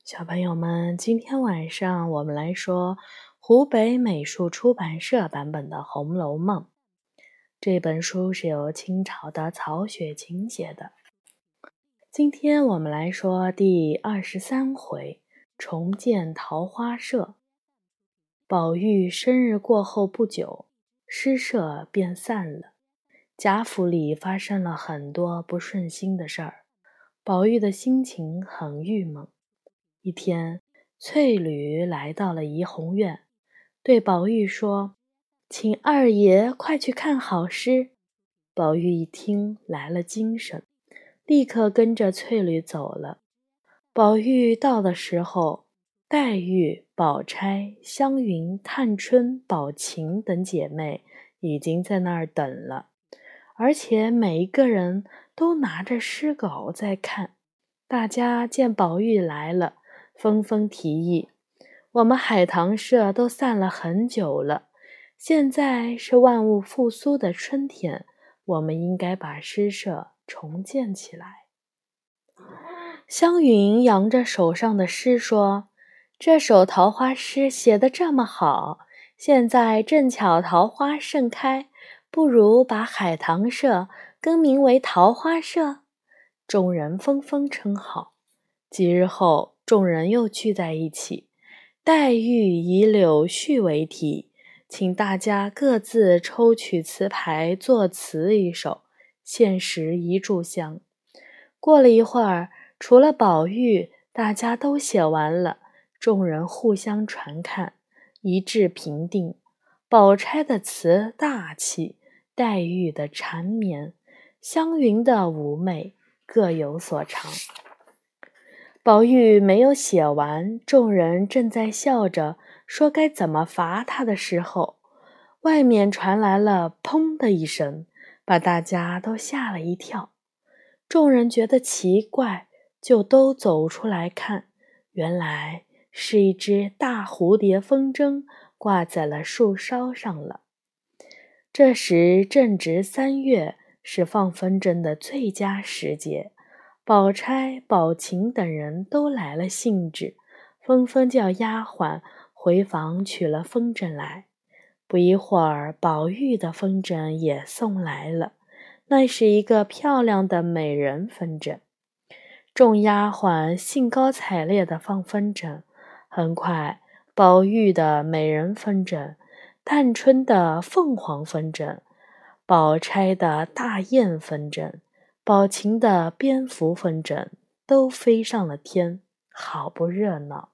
小朋友们，今天晚上我们来说湖北美术出版社版本的《红楼梦》。这本书是由清朝的曹雪芹写的。今天我们来说第23回，重建桃花社。宝玉生日过后不久，诗社便散了。贾府里发生了很多不顺心的事儿，宝玉的心情很郁闷。一天，翠缕来到了怡红院，对宝玉说：“请二爷快去看好诗。”宝玉一听来了精神，立刻跟着翠缕走了。宝玉到的时候，黛玉、宝钗、湘云、探春、宝琴等姐妹已经在那儿等了，而且每一个人都拿着诗稿在看。大家见宝玉来了，纷纷提议：“我们海棠社都散了很久了，现在是万物复苏的春天，我们应该把诗社重建起来。”湘云扬着手上的诗说：“这首桃花诗写得这么好，现在正巧桃花盛开，不如把海棠社更名为桃花社。”众人纷纷称好。几日后，众人又聚在一起，黛玉以柳絮为题，请大家各自抽取词牌作词一首，限时一炷香。过了一会儿，除了宝玉，大家都写完了，众人互相传看，一致评定。宝钗的词大气，黛玉的缠绵，湘云的妩媚，各有所长。宝玉没有写完，众人正在笑着说该怎么罚他的时候，外面传来了砰的一声，把大家都吓了一跳。众人觉得奇怪，就都走出来看，原来是一只大蝴蝶风筝挂在了树梢上了。这时正值3月，是放风筝的最佳时节。宝钗、宝琴等人都来了兴致，纷纷叫丫鬟回房取了风筝来。不一会儿，宝玉的风筝也送来了，那是一个漂亮的美人风筝。众丫鬟兴高采烈地放风筝，很快，宝玉的美人风筝、探春的凤凰风筝、宝钗的大雁风筝、宝琴的蝙蝠风筝都飞上了天，好不热闹。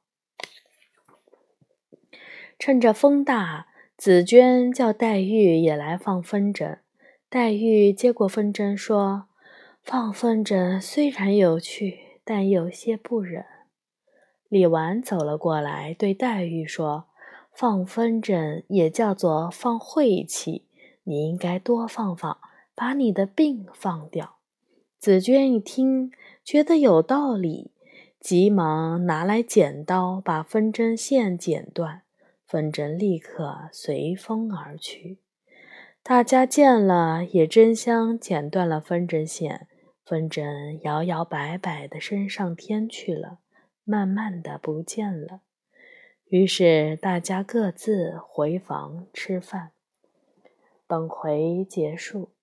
趁着风大，紫鹃叫黛玉也来放风筝。黛玉接过风筝说：“放风筝虽然有趣，但有些不忍。”李纨走了过来，对黛玉说：“放风筝也叫做放晦气，你应该多放放，把你的病放掉。”紫鹃一听，觉得有道理，急忙拿来剪刀，把风筝线剪断，风筝立刻随风而去。大家见了，也争相剪断了风筝线，风筝摇摇摆摆地升上天去了，慢慢地不见了。于是大家各自回房吃饭。本回结束。